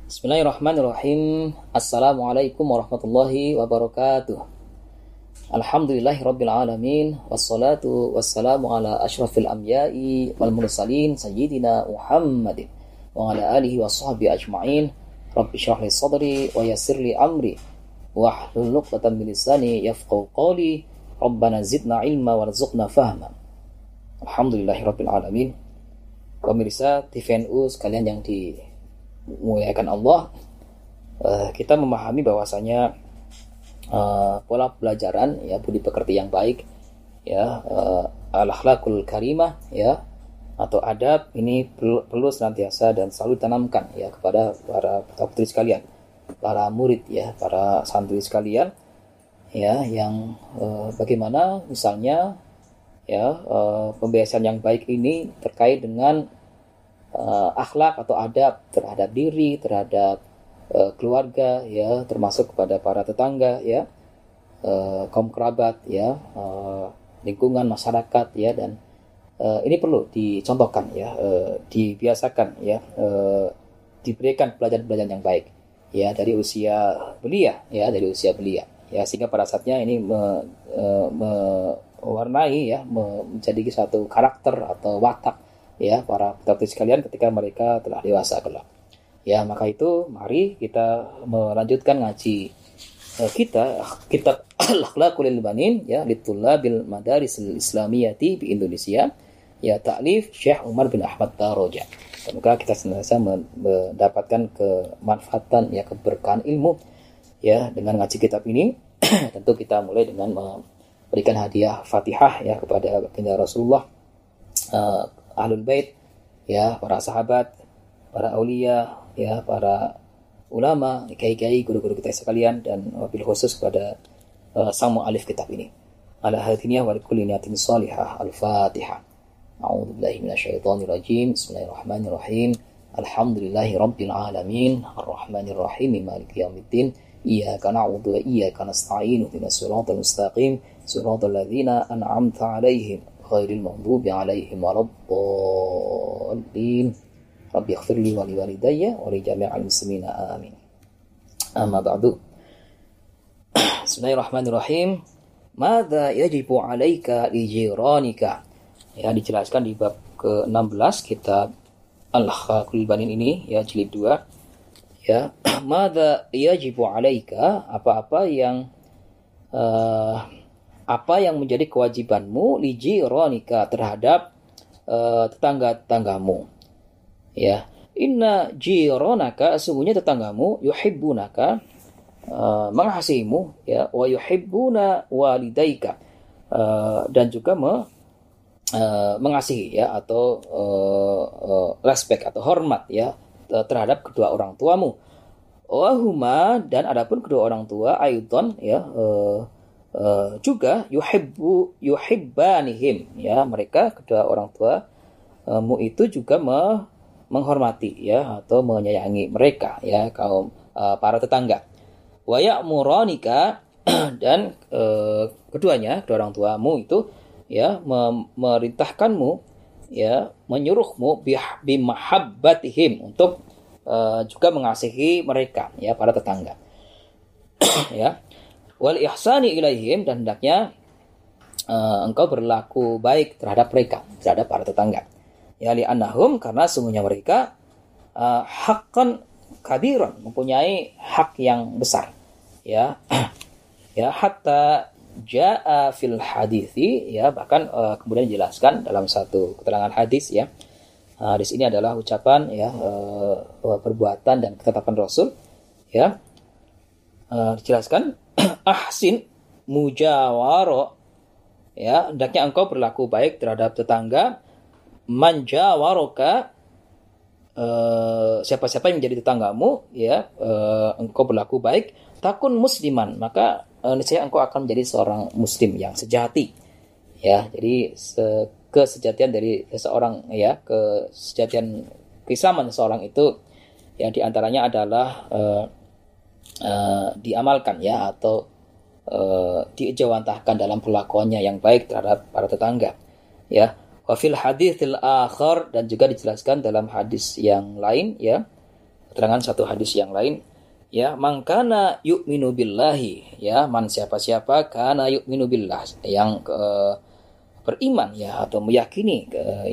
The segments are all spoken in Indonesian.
Bismillahirrahmanirrahim. Assalamualaikum warahmatullahi wabarakatuh. Alhamdulillahirabbil alamin wassalatu wassalamu ala asyrafil anbiya'i wal mursalin sayyidina Muhammadin wa ala alihi washabbihi ajma'in. Rabbi shrah li sadri wa yassir li amri wahlul 'uqdatam min lisani yafqahu qawli. Rabbana zidna ilma warzuqna fahma. Alhamdulillahirabbil alamin. Pemirsa TVNU sekalian yang dimuliakan Allah, kita memahami bahwasanya pola pelajaran, ya, budi pekerti yang baik, ya, al-akhlaqul karimah, ya, atau adab ini perlu senantiasa dan selalu ditanamkan, ya, kepada para putra-putri sekalian, para murid, ya, para santri sekalian, ya, yang bagaimana misalnya, ya, pembiasaan yang baik ini terkait dengan akhlak atau adab terhadap diri, terhadap keluarga, ya, termasuk kepada para tetangga, ya, kaum kerabat, ya, lingkungan masyarakat, ya, dan ini perlu dicontohkan, ya, dibiasakan, ya, diberikan pelajaran-pelajaran yang baik, ya, dari usia belia, ya, ya, sehingga pada saatnya ini mewarnai, ya, menjadi satu karakter atau watak, ya, para putra-putri sekalian ketika mereka telah dewasa kelak. Ya, maka itu mari kita melanjutkan ngaji kita kitab Al-Akhlaqul Banin, ya, litullabil madarisil islamiyati di Indonesia, ya, ta'lif Syekh Umar bin Ahmad Taroja. Semoga kita senantiasa mendapatkan kemanfaatan, ya, keberkahan ilmu, ya, dengan ngaji kitab ini. Tentu kita mulai dengan memberikan hadiah Fatihah, ya, kepada baginda Rasulullah, Ahlul Bait, ya, para sahabat, para aulia, ya, para ulama, kiai-kiai, guru-guru kita sekalian, dan wabil khusus kepada sang mu'alif kitab ini. Ala hadiniyah wa likulli niyatin salihah. Al-Fatihah. A'udzubillahi minasyaitonir rajim. Bismillahirrahmanirrahim. Alhamdulillahi rabbil alamin. Arrahmanir rahim. Maliki yaumiddin. Iyyaka na'budu wa iyyaka nasta'in. Ihdinas siratal mustaqim. Siratal ladzina an'amta 'alaihim ghairil maghdubi 'alaihim waladdallin. Rabbi ighfirli wa liwalidayya wa li jami'il muslimina amin. Amma ba'du. Bismillahirrahmanirrahim. Madza yajibu 'alaika li jiranika. Ya, dijelaskan di bab ke-16 kitab Al-Akhlaqul Banin ini, ya, jilid 2. Ya, madza yajibu 'alaika, apa yang menjadi kewajibanmu li jiranika terhadap tetangga-tetanggamu. Ya, inna jiranaka, sesungguhnya tetanggamu, yuhibbunaka, mengasihimu, ya, wa yuhibbuna walidaika, dan juga mengasihi, ya, atau respect atau hormat, ya, terhadap kedua orang tuamu. Wahuma, dan adapun kedua orang tua, aidon, ya, juga yuhibbanihim, ya, mereka kedua orang tua mu itu juga menghormati, ya, atau menyayangi mereka, ya, kaum para tetangga. Wa ya'muranika, dan kedua orang tuamu itu, ya, memerintahkanmu, ya, menyuruhmu bimahabbatihim, untuk juga mengasihi mereka, ya, para tetangga. Ya, wal ihsani ilaihim, dan hendaknya engkau berlaku baik terhadap mereka, terhadap para tetangga. Ya, li'annahum, karena sungguhnya mereka haqqan kabiran, mempunyai hak yang besar, ya. Ya, hatta jaa fil hadithi, ya, bahkan kemudian dijelaskan dalam satu keterangan hadis, ya. Hadis ini adalah ucapan, ya, perbuatan dan ketetapan Rasul, ya. Dijelaskan ahsin mujawaro, ya, hendaknya engkau berlaku baik terhadap tetangga, manjawaroka, siapa-siapa yang menjadi tetanggamu, ya, engkau berlaku baik, takun musliman, maka niscaya engkau akan menjadi seorang muslim yang sejati, ya. Jadi kesejatian dari seseorang, ya, kesejatian keislaman seseorang itu, ya, diantaranya adalah diamalkan, ya, atau diejawantahkan dalam perlakuannya yang baik terhadap para tetangga, ya. Wa fil haditsil akhar, dan juga dijelaskan dalam hadis yang lain, ya, keterangan satu hadis yang lain, ya, man kana yu'minu billahi, ya, man siapa-siapa kana yu'minu billah, yang beriman, ya, atau meyakini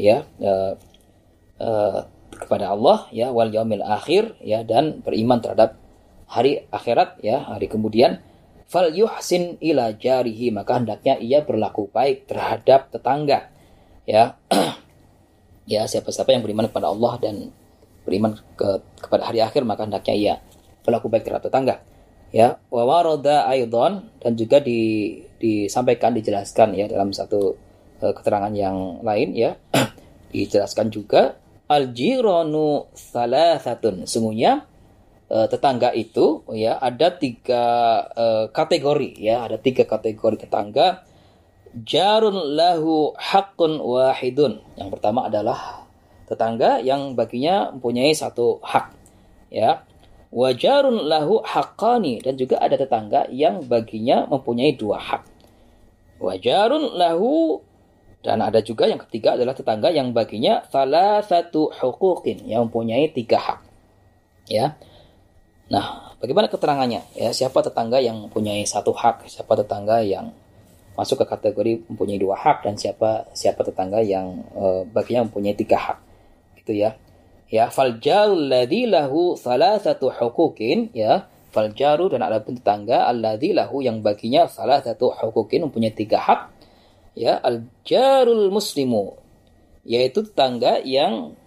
kepada Allah, ya, wal yaumil akhir, ya, dan beriman terhadap hari akhirat, ya, hari kemudian, fal yuhsin ila jarihi, maka hendaknya ia berlaku baik terhadap tetangga, ya. Ya, siapa-siapa yang beriman kepada Allah dan beriman kepada hari akhir, maka hendaknya ia berlaku baik terhadap tetangga, ya. Wa warada aidan, dan juga disampaikan, dijelaskan, ya, dalam satu keterangan yang lain, ya. Dijelaskan juga al jiranu salasatun, sungguhnya tetangga itu, ya, ada 3 kategori, ya, ada 3 kategori tetangga. Jarun lahu haqqun wahidun, yang pertama adalah tetangga yang baginya mempunyai satu hak, ya. Wajarun lahu haqqani, dan juga ada tetangga yang baginya mempunyai 2 hak. Wajarun lahu, dan ada juga yang ketiga adalah tetangga yang baginya salah satu huquqin, yang mempunyai 3 hak, ya. Nah, bagaimana keterangannya? Ya, siapa tetangga yang mempunyai 1 hak, siapa tetangga yang masuk ke kategori mempunyai 2 hak, dan siapa tetangga yang baginya mempunyai 3 hak, gitu, ya. Ya, fal jarul ladzi lahu salasatu huquqin, ya, fal jaru, dan ada pun tetangga alladzi lahu yang baginya salasatu huquqin, mempunyai 3 hak, ya. Al jarul muslimu, yaitu tetangga yang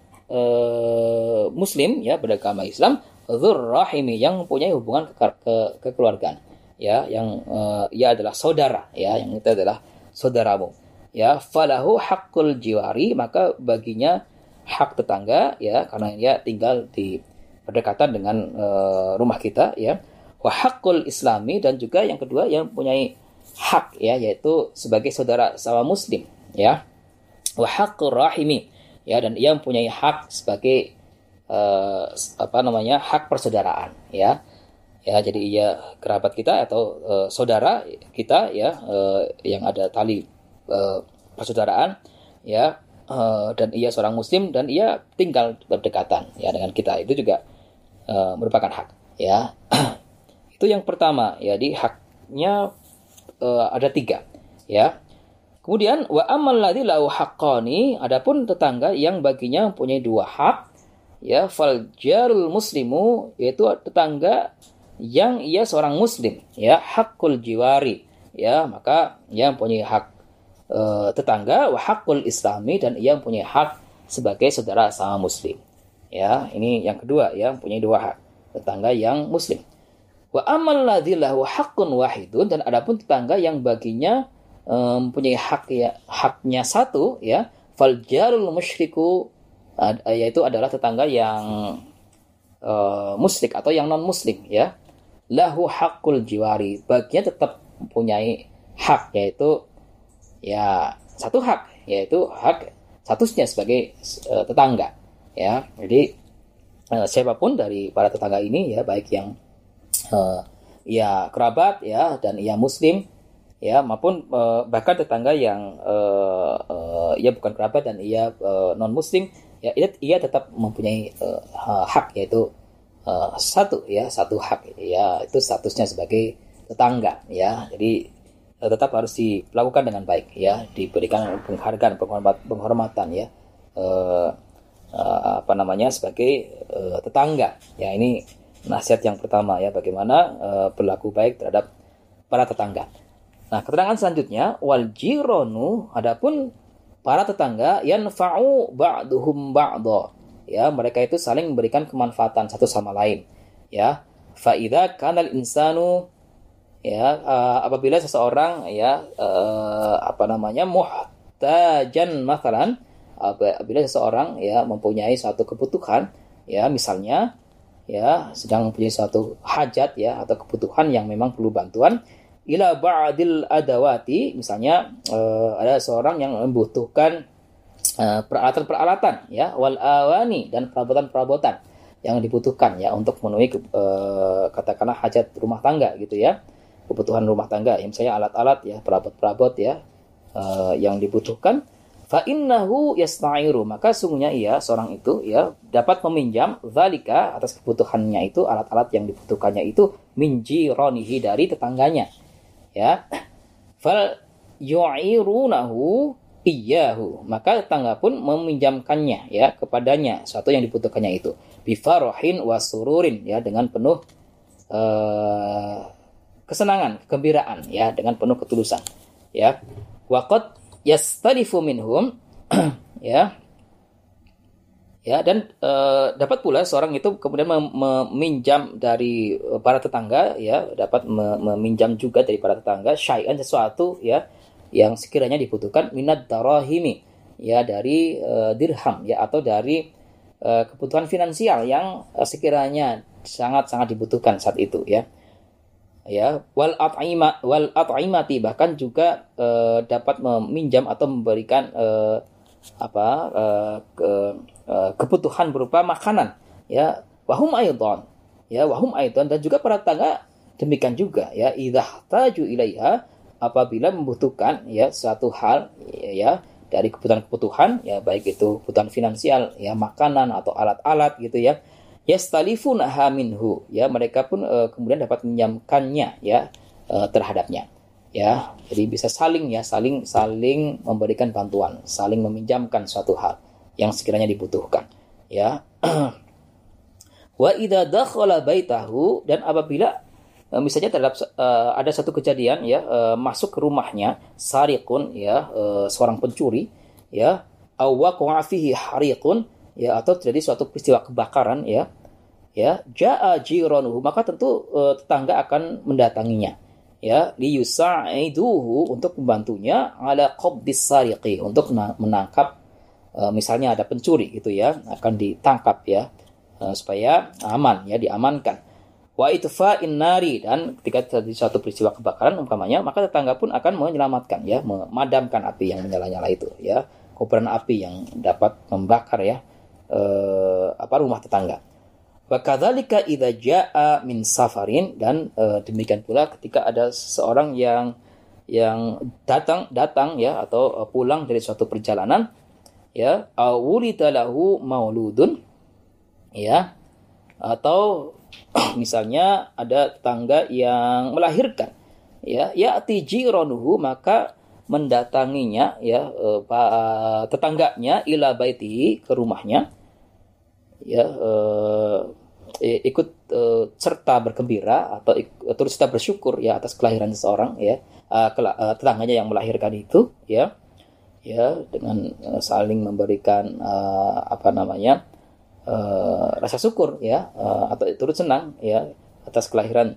muslim, ya, beragama Islam, dzurrahimi, yang mempunyai hubungan kekeluargaan, ya, yang ia adalah saudara, ya, yang itu adalah saudaramu, ya. Falahu haqqul jiwari, maka baginya hak tetangga, ya, karena dia tinggal di berdekatan dengan rumah kita, ya. Wa haqqul islami, dan juga yang kedua yang mempunyai hak, ya, yaitu sebagai saudara sama muslim, ya. Wa haqqur rahimi, ya, dan ia mempunyai hak sebagai hak persaudaraan, ya. Ya, jadi ia kerabat kita atau saudara kita, ya, yang ada tali persaudaraan, ya, dan ia seorang muslim dan ia tinggal berdekatan, ya, dengan kita, itu juga merupakan hak, ya. Itu yang pertama, ya. Di haknya ada 3, ya. Kemudian wa amal ladzi lahu haqqani, adapun tetangga yang baginya mempunyai 2 hak, ya, fal jarul muslimu, yaitu tetangga yang ia seorang muslim, ya, haqqul jiwari, ya, maka ia mempunyai hak tetangga, wa haqqul islami, dan ia mempunyai hak sebagai saudara sama muslim, ya. Ini yang kedua, ya, mempunyai 2 hak, tetangga yang muslim. Wa amal ladzi lahu haqqun wahidun, dan adapun tetangga yang baginya mempunyai hak, ya, haknya 1, ya, fal jarul musyriku, yaitu adalah tetangga yang musyrik atau yang non muslim, ya. Lahu haqqul jiwari, baginya tetap mempunyai hak, yaitu, ya, 1 hak, yaitu hak statusnya sebagai tetangga, ya. Jadi siapapun dari para tetangga ini, ya, baik yang ia kerabat, ya, dan ia muslim, ya, maupun bahkan tetangga yang ia bukan kerabat dan ia non muslim, ya, ia tetap mempunyai hak, yaitu 1 hak, ya, itu statusnya sebagai tetangga, ya. Jadi tetap harus dilakukan dengan baik, ya, diberikan penghargaan, penghormatan, ya, sebagai tetangga, ya. Ini nasihat yang pertama, ya, bagaimana berlaku baik terhadap para tetangga. Nah, keterangan selanjutnya, wal jiranu, adapun para tetangga, yanfa'u ba'duhum ba'dha, ya, mereka itu saling memberikan kemanfaatan satu sama lain, ya. Fa idza kana al-insanu, ya, apabila seseorang, ya, muhtajan mathalan, apabila seseorang, ya, mempunyai suatu kebutuhan, ya, misalnya, ya, sedang mempunyai suatu hajat, ya, atau kebutuhan yang memang perlu bantuan, ila ba'dil adawati, misalnya ada seorang yang membutuhkan peralatan-peralatan, ya, wal awani, dan perabotan-perabotan yang dibutuhkan, ya, untuk memenuhi katakanlah hajat rumah tangga, gitu, ya, kebutuhan rumah tangga, ya, misalnya alat-alat, ya, perabot-perabot, ya, yang dibutuhkan. fa innahu yasta'iru, maka sungguhnya ia seorang itu ya dapat meminjam zalika atas kebutuhannya itu, alat-alat yang dibutuhkannya itu, min jiranihi, dari tetangganya, ya. Fal yu'irunahu iyyahu, maka tetangga pun meminjamkannya ya kepadanya sesuatu yang dibutuhkannya itu, bi farahin wa sururin, ya dengan penuh kesenangan, kegembiraan, ya dengan penuh ketulusan, ya. Waqad yastalifu minhum ya, ya, dan dapat pula seorang itu kemudian meminjam dari para tetangga, ya, dapat meminjam juga dari para tetangga syai'an, sesuatu ya yang sekiranya dibutuhkan, minad darahimi, ya dari dirham, ya, atau dari kebutuhan finansial yang sekiranya sangat-sangat dibutuhkan saat itu, ya. Ya, wal at'imati, bahkan juga dapat meminjam atau memberikan kebutuhan berupa makanan, ya. Wahum aidan, ya, wahum aidan, dan juga para tetangga demikian juga, ya, idza taju ilaiha, apabila membutuhkan ya suatu hal, ya, dari kebutuhan-kebutuhan, ya, baik itu kebutuhan finansial, ya, makanan atau alat-alat gitu, ya. Yastalifunaha minhu, ya, mereka pun kemudian dapat meminjamkannya, ya, terhadapnya, ya. Jadi bisa saling memberikan bantuan, saling meminjamkan suatu hal yang sekiranya dibutuhkan, ya. Wa idza dakhala baitahu, dan apabila misalnya terhadap ada satu kejadian, ya, masuk ke rumahnya sariqun, ya, seorang pencuri, ya, aw waqa'a fihi hariqun, ya, atau terjadi suatu peristiwa kebakaran, ya, jaa jiranuhu, maka tentu tetangga akan mendatanginya, ya, liyusa'iduhu, untuk membantunya, ala qabdis sariqi, untuk menangkap misalnya ada pencuri gitu, ya, akan ditangkap, ya, supaya aman, ya, diamankan. Wa itfa'in nari, dan ketika terjadi suatu peristiwa kebakaran umpamanya, maka tetangga pun akan menyelamatkan, ya, memadamkan api yang menyala-nyala itu, ya, kobaran api yang dapat membakar, ya, rumah tetangga. Wa kadzalika idza jaa min safarin, dan demikian pula ketika ada seseorang yang datang, ya, atau pulang dari suatu perjalanan, ya, awulita lahu mauludun, ya, atau misalnya ada tetangga yang melahirkan, ya, ya'ti jiranuhu, maka mendatanginya, ya, tetangganya, ila baitihi, ke rumahnya, ya, ikut serta bergembira atau turut serta bersyukur, ya, atas kelahiran seseorang, ya, tetangganya yang melahirkan itu, ya, dengan saling memberikan rasa syukur, ya, atau turut senang, ya, atas kelahiran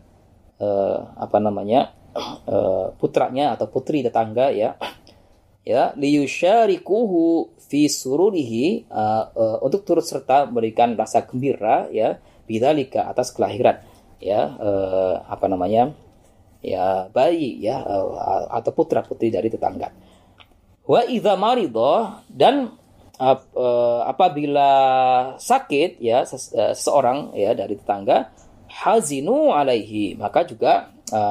putranya atau putri tetangga, ya, liyusyarikuhu fi sururihi, untuk turut serta memberikan rasa gembira, ya, bidzalika, atas kelahiran, ya, ya, bayi, ya, atau putra putri dari tetangga. Wa idza marida, dan apabila sakit, ya, seseorang, ya, dari tetangga, hazinu alaihi, maka juga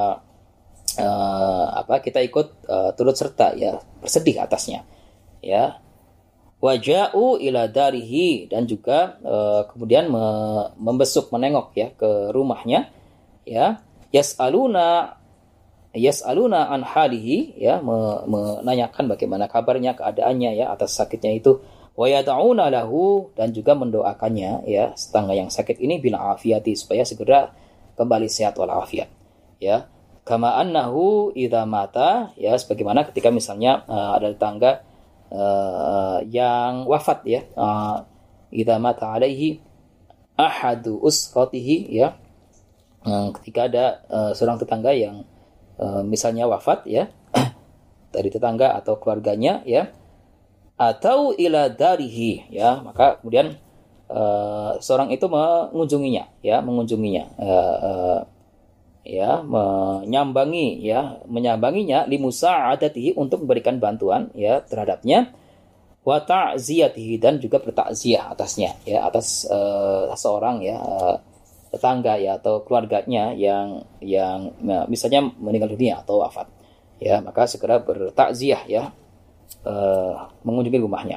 kita ikut turut serta, ya, bersedih atasnya, ya. Waja'u ila darihi, dan juga kemudian membesuk, menengok, ya, ke rumahnya, ya. Yas'aluna an halihi, ya, menanyakan bagaimana kabarnya, keadaannya, ya, atas sakitnya itu. Wa yad'una lahu, dan juga mendoakannya, ya, tetangga yang sakit ini, bil afiyati, supaya segera kembali sehat wal afiat, ya. Kama annahu idza mata, ya, sebagaimana ketika misalnya ada tetangga yang wafat, ya, idza mata alaihi ahadu usqatihi, ya, ketika ada seorang tetangga yang misalnya wafat, ya, dari tetangga atau keluarganya, ya, atau ila darihi, ya, maka kemudian seorang itu mengunjunginya, menyambanginya limusa'adatihi, untuk memberikan bantuan, ya, terhadapnya, wa ta'ziyatihi, dan juga bertakziah atasnya, ya, atas seorang, ya, tetangga, ya, atau keluarganya yang misalnya meninggal dunia atau wafat, ya, maka segera bertakziah, ya, mengunjungi rumahnya.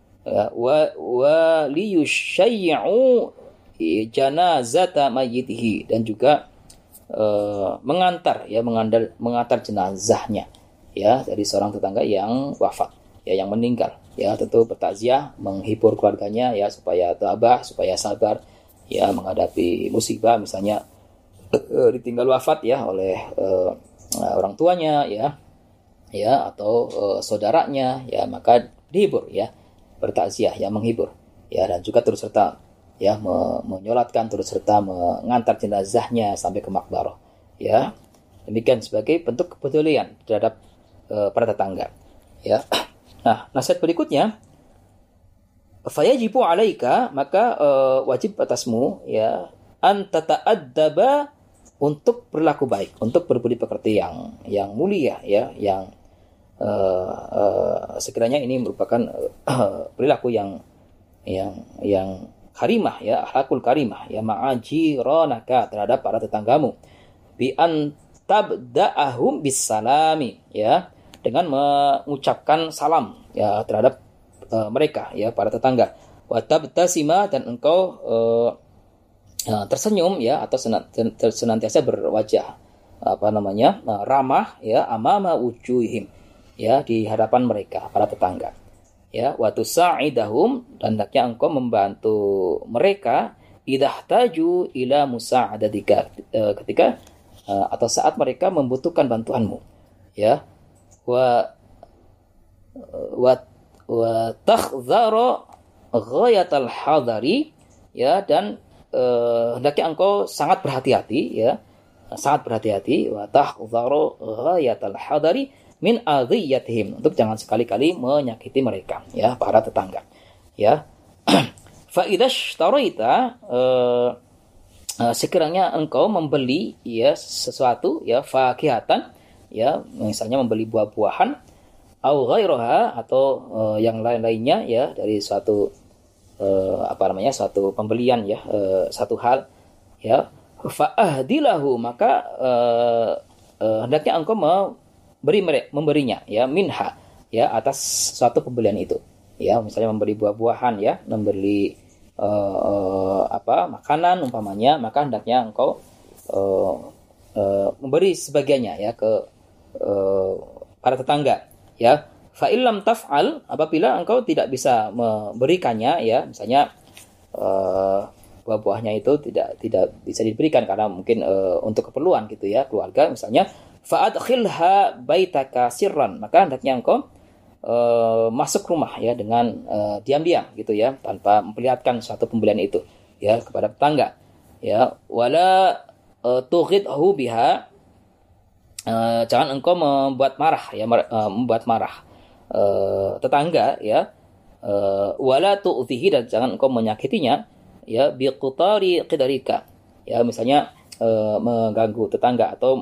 Wa liyusyai'u janazata mayyitihi, dan juga mengantar jenazahnya ya dari seorang tetangga yang wafat, ya yang meninggal, ya tentu bertakziah, menghibur keluarganya ya supaya tabah, supaya sabar ya menghadapi musibah, misalnya ditinggal wafat ya oleh orang tuanya ya atau saudaranya, ya maka dihibur ya, bertakziah ya, menghibur ya, dan juga turut serta ya menyolatkan, turut serta mengantar jenazahnya sampai ke makbarah ya. Demikian sebagai bentuk kepedulian terhadap para tetangga ya. Nah, nasihat berikutnya, fayajibu alaika, maka wajib atasmu ya, an tata'addaba, untuk berlaku baik, untuk berbudi pekerti yang mulia ya, yang sekiranya ini merupakan perilaku yang karimah ya, akhlakul karimah ya, ma'ajiranaka, terhadap para tetanggamu, bi an tabda'ahum bisalami ya, dengan mengucapkan salam ya terhadap mereka ya, para tetangga, wa tabtasima, dan engkau tersenyum ya, atau senantiasa berwajah ramah ya, amama wujuhim ya, di hadapan mereka para tetangga ya, wa tusa'idahum, dan hendaknya engkau membantu mereka, idahtaju ila musa'adatika, ketika atau saat mereka membutuhkan bantuanmu ya, wa takhdhara ghayatal hadari ya, dan hendaknya engkau sangat berhati-hati ya, sangat berhati-hati, wa takhdhara ghayatal hadari min adhiyatihim, untuk jangan sekali-kali menyakiti mereka ya, para tetangga ya. Fa idashtaraita, sekiranya engkau membeli ya sesuatu ya, fakihatan ya, misalnya membeli buah-buahan, au ghairaha, atau yang lain-lainnya ya, dari suatu suatu pembelian ya, satu hal ya, fa ahdilahu, maka hendaknya engkau memberinya ya, minha ya, atas suatu pembelian itu ya, misalnya membeli buah-buahan ya, membeli makanan umpamanya, maka hendaknya engkau memberi sebagiannya ya ke para tetangga ya. Fa illam taf'al, apabila engkau tidak bisa memberikannya ya, misalnya buah-buahnya itu tidak bisa diberikan karena mungkin untuk keperluan gitu ya, keluarga misalnya, fa adkhilha baitaka sirran, maka hendaknya engkau masuk rumah ya dengan diam-diam gitu ya, tanpa memperlihatkan suatu pembelian itu ya kepada tetangga ya. Wala tughidhu biha, jangan engkau membuat marah ya, membuat marah tetangga ya. Wala tu'dhihi, dan jangan engkau menyakitinya ya, biqutari qidarika ya, misalnya mengganggu tetangga, atau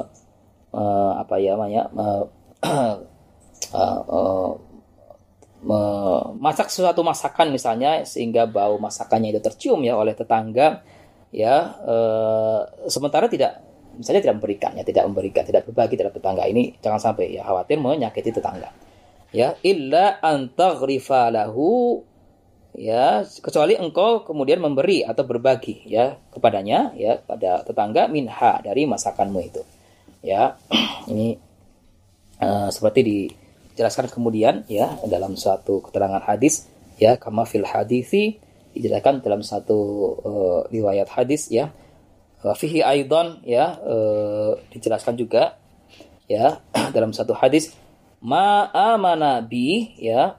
memasak sesuatu masakan misalnya, sehingga bau masakannya itu tercium ya oleh tetangga ya, sementara tidak memberikan, tidak berbagi terhadap tetangga. Ini jangan sampai ya, khawatir menyakiti tetangga ya. Illa antaghrifa lahu ya, kecuali engkau kemudian memberi atau berbagi ya kepadanya ya, pada tetangga, minha, dari masakanmu itu ya. Ini seperti dijelaskan kemudian ya dalam suatu keterangan hadis ya, kama fil hadithi, dijelaskan dalam satu riwayat hadis ya. Fihi aidan ya, dijelaskan juga ya dalam satu hadis, ma amana bi ya,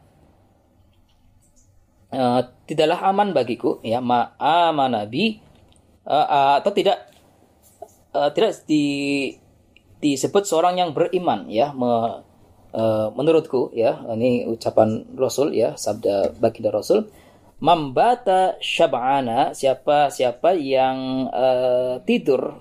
tidaklah aman bagiku ya, ma amana bi, atau tidak disebut seorang yang beriman ya, menurutku ya, ini ucapan Rasul ya, sabda baginda Rasul, mambata syab'ana, siapa yang tidur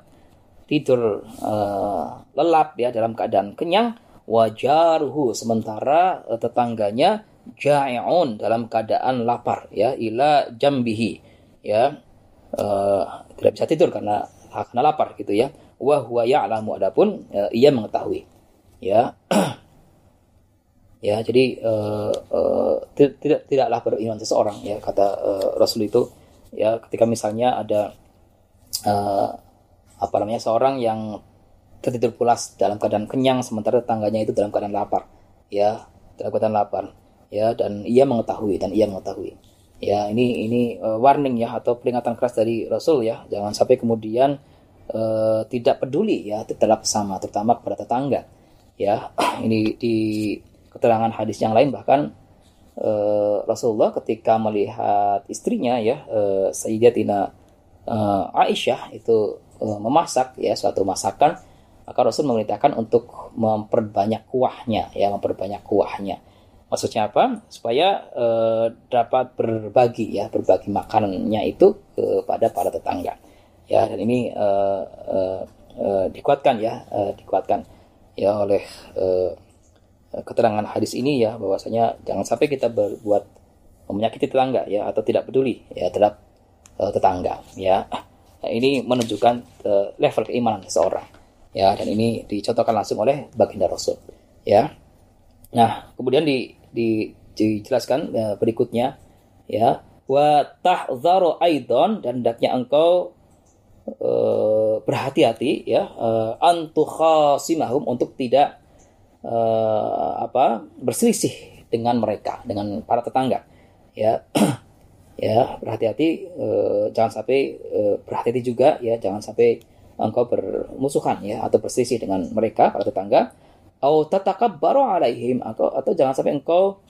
lelap ya dalam keadaan kenyang, wajarhu, sementara tetangganya ja'i'un, dalam keadaan lapar ya, ila jambihi ya, tidak bisa tidur karena lapar gitu ya, wa huwa ya'lamu, adapun ia mengetahui ya. Ya, jadi tidaklah beriman seseorang, ya, kata Rasul itu, ya, ketika misalnya ada seorang yang tertidur pulas dalam keadaan kenyang sementara tetangganya itu dalam keadaan lapar, ya, dan ia mengetahui, ya, ini warning, ya, atau peringatan keras dari Rasul, ya, jangan sampai kemudian tidak peduli, ya, terhadap sesama, terutama kepada tetangga, ya. Ini di keterangan hadis yang lain bahkan Rasulullah ketika melihat istrinya, ya, Sayyidatina Aisyah itu memasak, ya, suatu masakan, maka Rasul memerintahkan untuk memperbanyak kuahnya. Maksudnya apa? Supaya dapat berbagi makanannya itu kepada para tetangga. Ya, dan ini dikuatkan ya oleh keterangan hadis ini, ya, bahwasanya jangan sampai kita berbuat menyakiti tetangga, ya, atau tidak peduli, ya, terhadap tetangga, ya. Nah, ini menunjukkan level keimanan seseorang, ya, dan ini dicontohkan langsung oleh baginda Rasul, ya. Nah, kemudian dijelaskan berikutnya, ya, wa tahzaru aidon, dan hendaknya engkau berhati-hati, ya, antukhasimahum, untuk tidak berselisih dengan mereka, dengan para tetangga, ya. Ya, berhati-hati, jangan sampai berhati-hati juga, ya, jangan sampai engkau bermusuhan, ya, atau berselisih dengan mereka, para tetangga, atau tatakabbaru alaihim, atau jangan sampai engkau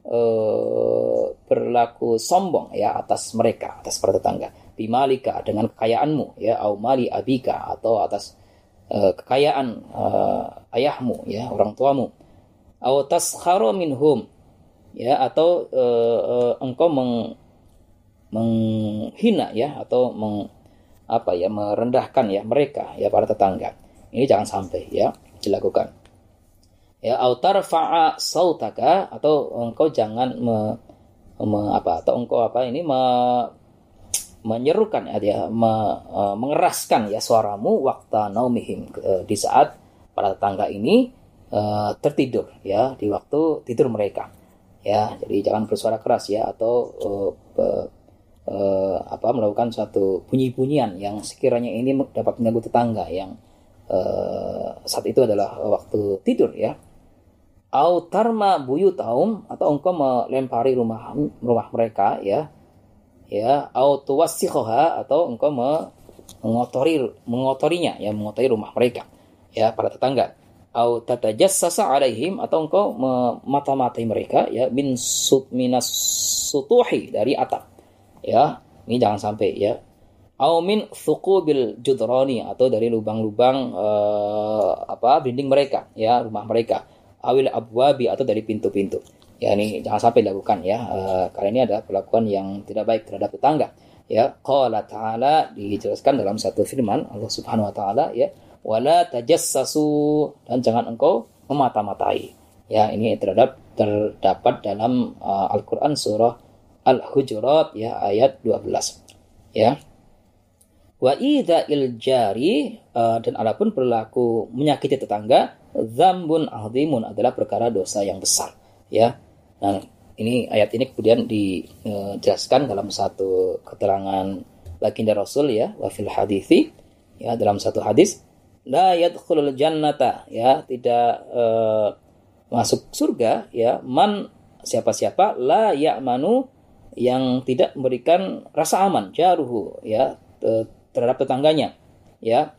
berlaku sombong, ya, atas mereka, atas para tetangga, bimalika, dengan kekayaanmu, ya, au mali abika, atau atas kekayaan ayahmu, ya, orang tuamu, au taskharu minhum, ya, atau engkau menghina, ya, atau merendahkan, ya, mereka, ya, para tetangga. Ini jangan sampai, ya, dilakukan. Ya, au tarfa'a sautaka, atau engkau jangan menyerukan, ya, mengeraskan, ya, suaramu waktu naumihim, di saat para tetangga ini tertidur, ya, di waktu tidur mereka, ya. Jadi jangan bersuara keras, ya, atau melakukan suatu bunyi-bunyian yang sekiranya ini dapat mengganggu tetangga yang saat itu adalah waktu tidur, ya. Au tarma buyutahum, atau engkau melempari rumah mereka, ya, au tuwassikhaha, atau engkau mengotorinya, ya, mengotori rumah mereka, ya, para tetangga. Au tatajassasa alaihim, atau engkau memata-matai mereka, ya, minas sutuhi, dari atap, ya. Ini jangan sampai, ya. Au min thuqubil judrani, atau dari lubang-lubang dinding mereka, ya, rumah mereka. Awil abwabi, atau dari pintu-pintu. Ya, ini jangan sampai dilakukan, ya, karena ini adalah perlakuan yang tidak baik terhadap tetangga, ya. Qala ta'ala, dijelaskan dalam satu firman Allah Subhanahu wa taala, ya, wala tajassasu, dan jangan engkau memata-matai. Ya, ini terdapat dalam Al-Qur'an surah Al-Hujurat, ya, ayat 12, ya. Wa idza'il jari, dan adapun perilaku menyakiti tetangga, dzambun 'adzimun, adalah perkara dosa yang besar, ya. Nah, ini ayat ini kemudian dijelaskan dalam satu keterangan baginda Rasul, ya, wa fil hadithi, ya, dalam satu hadis, la yadkhulul jannata, ya, tidak masuk surga, ya, man, siapa-siapa, la ya'manu, yang tidak memberikan rasa aman, jaruhu, ya, terhadap tetangganya, ya,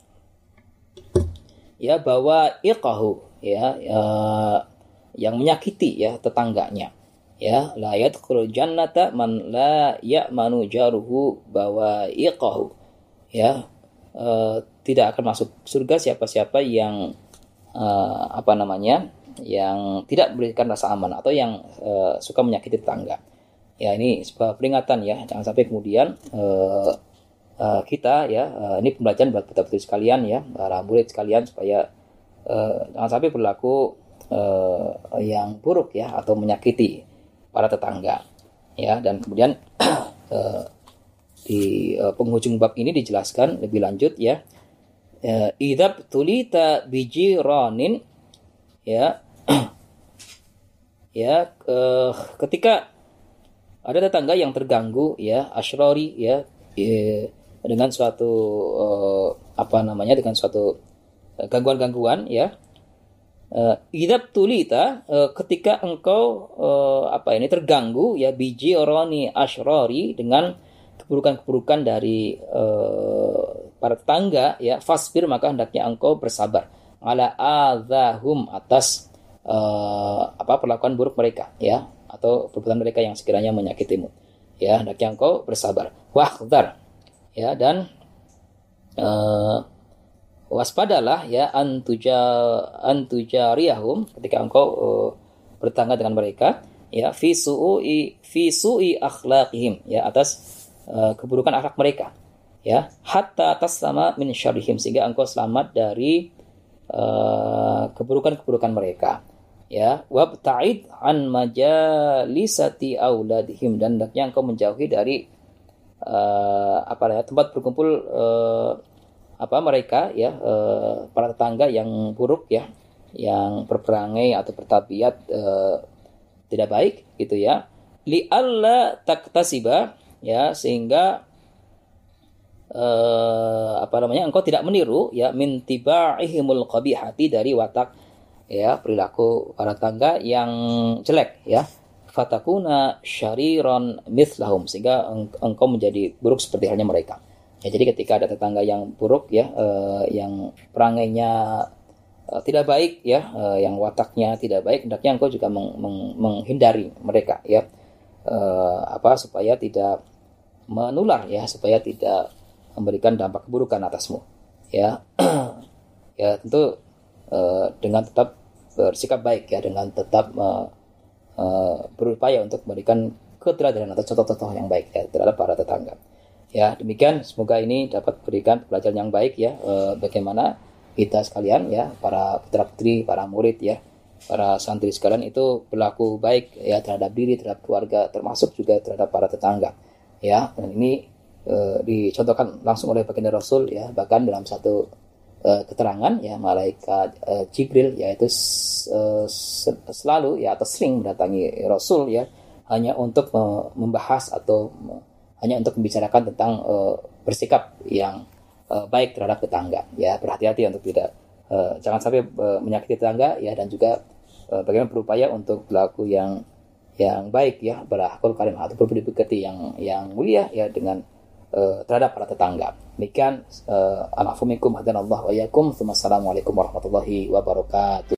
bahwa iqahu, ya, yang menyakiti, ya, tetangganya, ya. La yadkhulul jannata man la ya'manu jaruhu bahwa iqahu, ya, tidak akan masuk surga siapa-siapa yang yang tidak memberikan rasa aman, atau yang suka menyakiti tetangga. Ya, ini sebuah peringatan, ya, jangan sampai kemudian kita, ya, ini pembelajaran buat betul-betul sekalian, ya, para murid sekalian, supaya jangan sampai berlaku yang buruk, ya, atau menyakiti para tetangga, ya. Dan kemudian di penghujung bab ini dijelaskan lebih lanjut, ya, idzab tulita bijiranin, ya, ya ketika ada tetangga yang terganggu ya asyrori ya dengan suatu dengan suatu gangguan-gangguan ya. Idab tulita ketika engkau terganggu ya biji oroni asyrori dengan keburukan-keburukan dari para tetangga ya, fasbir maka hendaknya engkau bersabar ala adzahum atas perlakuan buruk mereka ya, atau perbuatan mereka yang sekiranya menyakitimu ya, hendaknya engkau bersabar. Wahdar ya, dan waspadalah ya antujariyahum ketika engkau bertangga dengan mereka ya fi su'i akhlaqihim ya, atas keburukan akhlak mereka ya, hatta taslama min syarrihim, sehingga engkau selamat dari keburukan-keburukan mereka ya. Wabta'id an majalisati auladihim, dan hendaknya engkau menjauhi dari tempat berkumpul mereka ya, para tetangga yang buruk ya, yang berperangai atau bertabiat tidak baik gitu ya. Li alla taktasiba ya, sehingga engkau tidak meniru ya min tibaihimul qabihati, dari watak ya perilaku para tetangga yang jelek ya. Fatakuna syariron mithlahum, sehingga engkau menjadi buruk seperti halnya mereka. Ya, jadi ketika ada tetangga yang buruk ya, yang perangainya tidak baik ya, yang wataknya tidak baik, hendaknya engkau juga menghindari mereka ya, supaya tidak menular ya, supaya tidak memberikan dampak keburukan atasmu ya. Ya tentu dengan tetap bersikap baik ya, dengan tetap berupaya untuk memberikan keteladanan atau contoh-contoh yang baik ya terhadap para tetangga. Ya, demikian, semoga ini dapat memberikan pelajaran yang baik ya, bagaimana kita sekalian ya, para putra-putri, para murid ya, para santri sekalian itu berlaku baik ya terhadap diri, terhadap keluarga, termasuk juga terhadap para tetangga. Ya, dan ini dicontohkan langsung oleh baginda Rasul ya, bahkan dalam satu keterangan ya, malaikat Jibril yaitu selalu ya atau sering mendatangi Rasul ya, hanya untuk membahas atau hanya untuk membicarakan tentang bersikap yang baik terhadap tetangga ya. Berhati-hati untuk tidak jangan sampai menyakiti tetangga ya, dan juga bagaimana berupaya untuk berlaku yang baik ya, berakhlak karim atau berbudi pekerti yang mulia ya dengan terhadap para tetangga. Demikian, alafumikum hadanallahu wa iyyakum. Assalamualaikum warahmatullahi wabarakatuh.